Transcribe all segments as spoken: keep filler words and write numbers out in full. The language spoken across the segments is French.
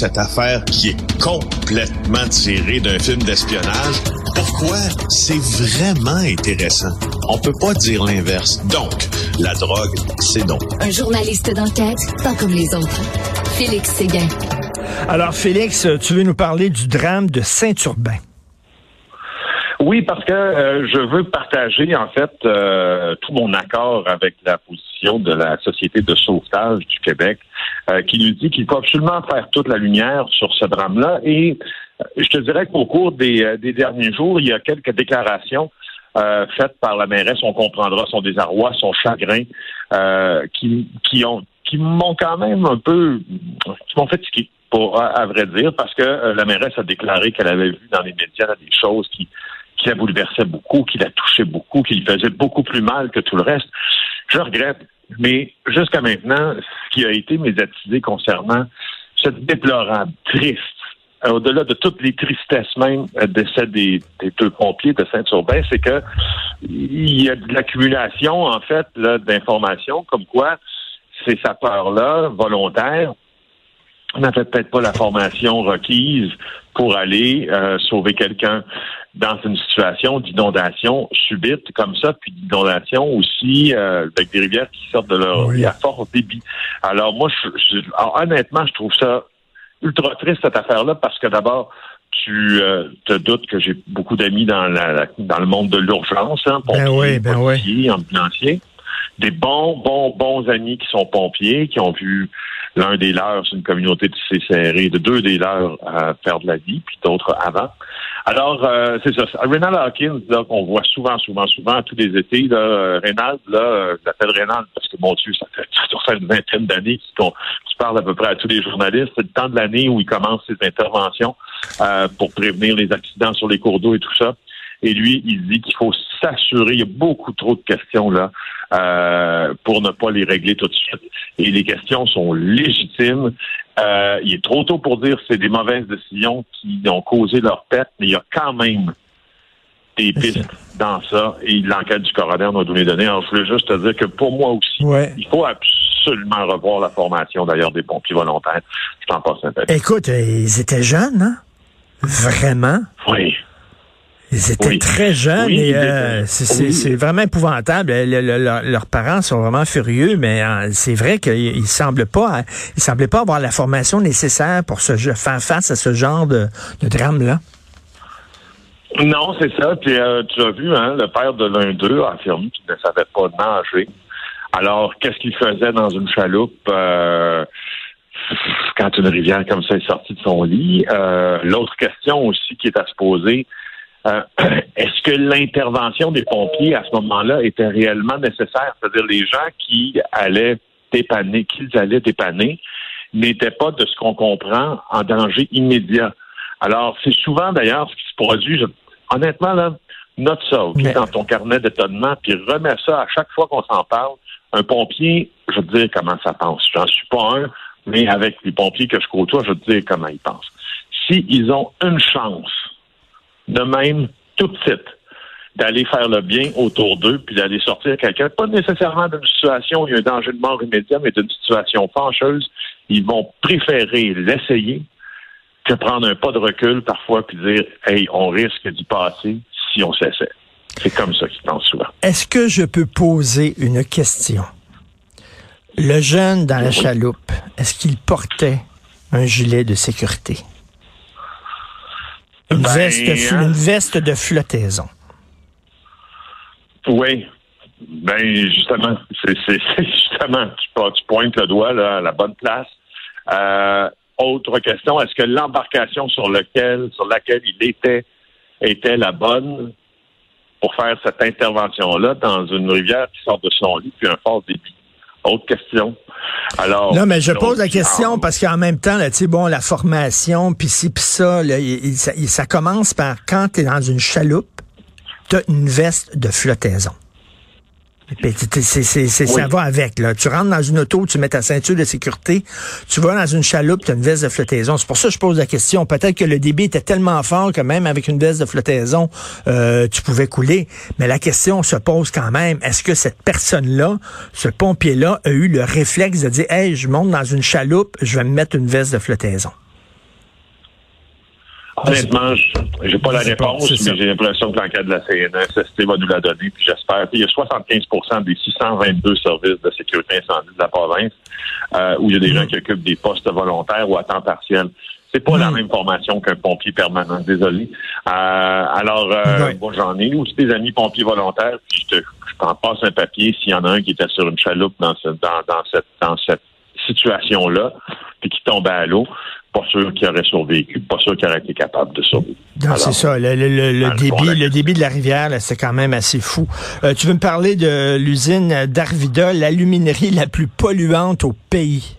cette affaire qui est complètement tirée d'un film d'espionnage. Pourquoi? C'est vraiment intéressant. On peut pas dire l'inverse. Donc, la drogue, c'est donc. Un journaliste d'enquête, pas comme les autres. Félix Séguin. Alors, Félix, tu veux nous parler du drame de Saint-Urbain? Oui, parce que euh, je veux partager, en fait, euh, tout mon accord avec la position de la Société de sauvetage du Québec, euh, qui nous dit qu'il faut absolument faire toute la lumière sur ce drame-là. Et euh, je te dirais qu'au cours des, euh, des derniers jours, il y a quelques déclarations euh, faites par la mairesse, on comprendra son désarroi, son chagrin, euh, qui, qui ont qui m'ont quand même un peu, qui m'ont fatigué, pour, à, à vrai dire, parce que euh, la mairesse a déclaré qu'elle avait vu dans les médias des choses qui qui la bouleversait beaucoup, qui la touchait beaucoup, qui lui faisait beaucoup plus mal que tout le reste. Je regrette, mais jusqu'à maintenant, ce qui a été médiatisé concernant ce déplorable, triste, au-delà de toutes les tristesses même décès des, des deux pompiers de Saint-Urbain, c'est que il y a de l'accumulation, en fait, là, d'informations, comme quoi ces sapeurs-là, volontaires, n'avaient peut-être pas la formation requise pour aller euh, sauver quelqu'un dans une situation d'inondation subite comme ça, puis d'inondation aussi euh, avec des rivières qui sortent de leur oui. à fort débit. Alors moi, je, je, alors, honnêtement, je trouve ça ultra triste cette affaire-là parce que d'abord, tu euh, te doutes que j'ai beaucoup d'amis dans la dans le monde de l'urgence, hein, pompiers, ben oui, ben policiers, oui. ambulanciers, des bons, bons, bons amis qui sont pompiers, qui ont vu l'un des leurs, c'est une communauté de tissé serré, de deux des leurs à perdre la vie, puis d'autres avant. Alors, euh, c'est ça. Reynald Hawkins, là, qu'on voit souvent, souvent, souvent, tous les étés, là, Reynald, là, je l'appelle Reynald parce que, mon Dieu, ça fait, ça fait une vingtaine d'années qu'il, qu'il parle à peu près à tous les journalistes. C'est le temps de l'année où il commence ses interventions euh, pour prévenir les accidents sur les cours d'eau et tout ça. Et lui, il dit qu'il faut s'assurer, il y a beaucoup trop de questions là euh, pour ne pas les régler tout de suite. Et les questions sont légitimes. Euh, il est trop tôt pour dire que c'est des mauvaises décisions qui ont causé leur perte, mais il y a quand même des pistes dans ça. Et l'enquête du coroner nous a donné donné. Alors, je voulais juste te dire que pour moi aussi, ouais. il faut absolument revoir la formation d'ailleurs des pompiers volontaires. Je t'en passe un peu. Écoute, ils étaient jeunes, hein? Vraiment? Oui. Ils étaient oui. très jeunes oui, et euh, c'est, c'est, oui. c'est vraiment épouvantable. Le, le, le, leurs parents sont vraiment furieux, mais euh, c'est vrai qu'ils ne semblent pas, ils semblaient pas avoir la formation nécessaire pour se faire face à ce genre de, de drame-là. Non, c'est ça. Puis euh, tu as vu, hein, le père de l'un d'eux a affirmé qu'il ne savait pas nager. Alors, qu'est-ce qu'il faisait dans une chaloupe euh, quand une rivière comme ça est sortie de son lit? Euh, l'autre question aussi qui est à se poser, Euh, est-ce que l'intervention des pompiers à ce moment-là était réellement nécessaire? C'est-à-dire les gens qui allaient dépanner, qu'ils allaient dépanner, n'étaient pas, de ce qu'on comprend, en danger immédiat. Alors, c'est souvent d'ailleurs ce qui se produit. Je, honnêtement, là, note ça, okay, Mais... dans ton carnet d'étonnement, puis remets ça à chaque fois qu'on s'en parle. Un pompier, je veux te dire comment ça pense. J'en suis pas un, mais avec les pompiers que je côtoie, je veux te dire comment ils pensent. S'ils ont une chance, de même, tout de suite, d'aller faire le bien autour d'eux, puis d'aller sortir quelqu'un, pas nécessairement d'une situation où il y a un danger de mort immédiat, mais d'une situation fâcheuse, ils vont préférer l'essayer que prendre un pas de recul parfois, puis dire « Hey, on risque d'y passer si on s'essaie ». C'est comme ça qu'ils pensent souvent. Est-ce que je peux poser une question? Le jeune dans la oui. chaloupe, est-ce qu'il portait un gilet de sécurité? Une, ben, veste de, hein? une veste de flottaison. Oui. Ben, justement, c'est, c'est, c'est justement, tu, tu pointes le doigt là, à la bonne place. Euh, autre question, est-ce que l'embarcation sur lequel, sur laquelle il était était la bonne pour faire cette intervention-là dans une rivière qui sort de son lit puis un fort débit? Autre question. Alors, non, mais je pose la question parce qu'en même temps, là, tu sais, bon, la formation, puis ci, puis ça, là, il, il, ça, il, ça commence par quand tu es dans une chaloupe, tu as une veste de flottaison. C'est, c'est, c'est, c'est, oui. Ça va avec. Là. Tu rentres dans une auto, tu mets ta ceinture de sécurité, tu vas dans une chaloupe, tu as une veste de flottaison. C'est pour ça que je pose la question. Peut-être que le débit était tellement fort que même avec une veste de flottaison, euh, tu pouvais couler. Mais la question se pose quand même, est-ce que cette personne-là, ce pompier-là, a eu le réflexe de dire « Hey, je monte dans une chaloupe, je vais me mettre une veste de flottaison ». Honnêtement, j'ai pas la réponse, pas, mais j'ai l'impression que l'enquête de la C N S S T va nous la donner, puis j'espère. Il y a soixante-quinze pour cent des six cent vingt-deux services de sécurité incendie de la province euh, où il y a des mmh. gens qui occupent des postes volontaires ou à temps partiel. C'est pas mmh. la même formation qu'un pompier permanent, désolé. Euh, alors, euh, oui. moi, j'en ai aussi des amis pompiers volontaires, puis je te, je t'en passe un papier s'il y en a un qui était sur une chaloupe dans, ce, dans, dans cette, dans cette situation-là, puis qui tombait à l'eau. Pas sûr qu'il aurait survécu, pas sûr qu'il aurait été capable de survivre. Non, c'est ça. Le, le, le, le débit, le débit de la rivière, là, c'est quand même assez fou. Euh, tu veux me parler de l'usine d'Arvida, l'aluminerie la plus polluante au pays?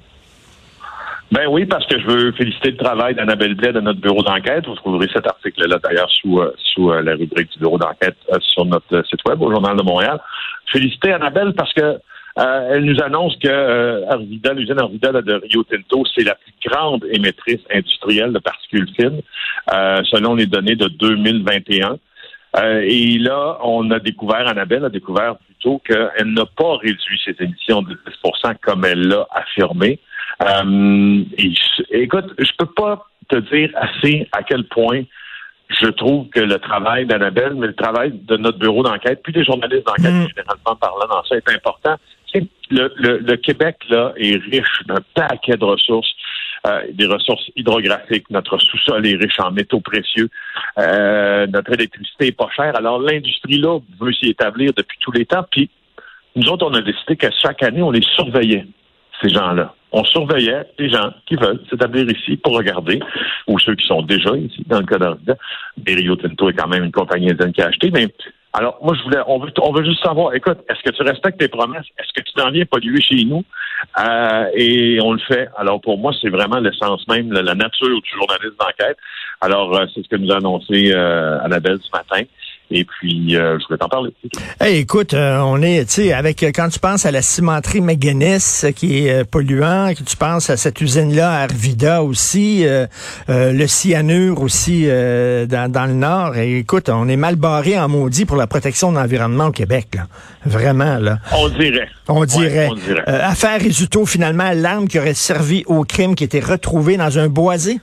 Ben oui, parce que je veux féliciter le travail d'Annabelle Blais de notre bureau d'enquête. Vous trouverez cet article-là d'ailleurs sous euh, sous euh, la rubrique du bureau d'enquête euh, sur notre euh, site web au Journal de Montréal. Féliciter Annabelle parce que Euh, elle nous annonce que euh, Arvida, l'usine Arvida là, de Rio Tinto, c'est la plus grande émettrice industrielle de particules fines, euh, selon les données de deux mille vingt et un. Euh, et là, on a découvert, Annabelle a découvert plutôt qu'elle n'a pas réduit ses émissions de dix pour cent comme elle l'a affirmé. Euh, et, écoute, je peux pas te dire assez à quel point je trouve que le travail d'Annabelle, mais le travail de notre bureau d'enquête, puis des journalistes d'enquête, mmh. généralement parlant dans ça, est important. Le, le, le Québec, là, est riche d'un paquet de ressources, euh, des ressources hydrographiques. Notre sous-sol est riche en métaux précieux. Euh, notre électricité est pas chère. Alors, l'industrie, là, veut s'y établir depuis tous les temps. Puis, nous autres, on a décidé que chaque année, on les surveillait, ces gens-là. On surveillait les gens qui veulent s'établir ici pour regarder, ou ceux qui sont déjà ici, dans le cas d'Arvida. Rio Tinto est quand même une compagnie indienne qui a acheté, mais alors, moi, je voulais, on veut, on veut juste savoir, écoute, est-ce que tu respectes tes promesses? Est-ce que tu t'en viens polluer chez nous? Euh, et on le fait. Alors, pour moi, c'est vraiment l'essence même, la, la nature du journaliste d'enquête. Alors, euh, c'est ce que nous a annoncé euh, Annabelle ce matin. Et puis, euh, je voulais t'en parler. Hey, écoute, euh, on est, tu sais, avec, quand tu penses à la cimenterie McGuinness, qui est euh, polluant, que tu penses à cette usine-là, à Arvida aussi, euh, euh, le cyanure aussi euh, dans, dans le Nord. Et écoute, on est mal barré en maudit pour la protection de l'environnement au Québec, là. Vraiment, là. On dirait. On dirait. Ouais, on dirait. Euh, affaire Rizzuto, finalement, l'arme qui aurait servi au crime, qui était retrouvée dans un boisé.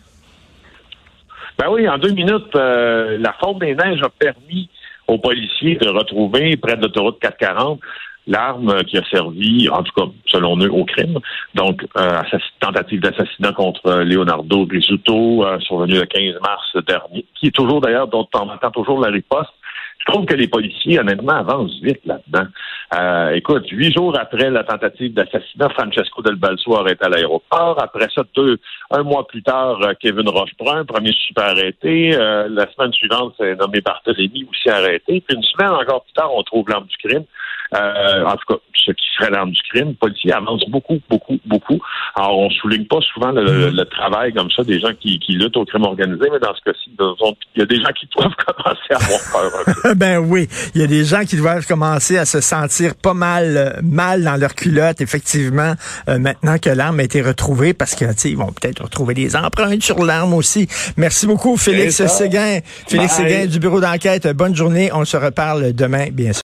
Ben oui, en deux minutes, euh, la fonte des neiges a permis aux policiers de retrouver près de l'autoroute quatre cent quarante l'arme qui a servi, en tout cas, selon eux, au crime. Donc, euh, tentative d'assassinat contre Leonardo Rizzuto, euh, survenu le quinze mars dernier, qui est toujours, d'ailleurs, dont on entend toujours la riposte. Je trouve que les policiers, honnêtement, avancent vite là-dedans. Euh, écoute, huit jours après la tentative d'assassinat, Francesco Del Balso a arrêté à l'aéroport. Après ça, deux, un mois plus tard, Kevin Rochebrun, premier super arrêté. Euh, la semaine suivante, c'est nommé Barthélémy, aussi arrêté. Puis une semaine encore plus tard, on trouve l'arme du crime. Euh, en tout cas, ce qui serait l'arme du crime. Les policiers avancent beaucoup, beaucoup, beaucoup. Alors, on souligne pas souvent le, le, le travail comme ça des gens qui, qui luttent au crime organisé, mais dans ce cas-ci, il y a des gens qui doivent commencer à avoir peur un peu. Ben oui, il y a des gens qui doivent commencer à se sentir pas mal euh, mal dans leur culotte, effectivement, euh, maintenant que l'arme a été retrouvée, parce que, tu sais, ils vont peut-être retrouver des empreintes sur l'arme aussi. Merci beaucoup, Félix Séguin. Félix Séguin du bureau d'enquête. Bonne journée. On se reparle demain, bien sûr.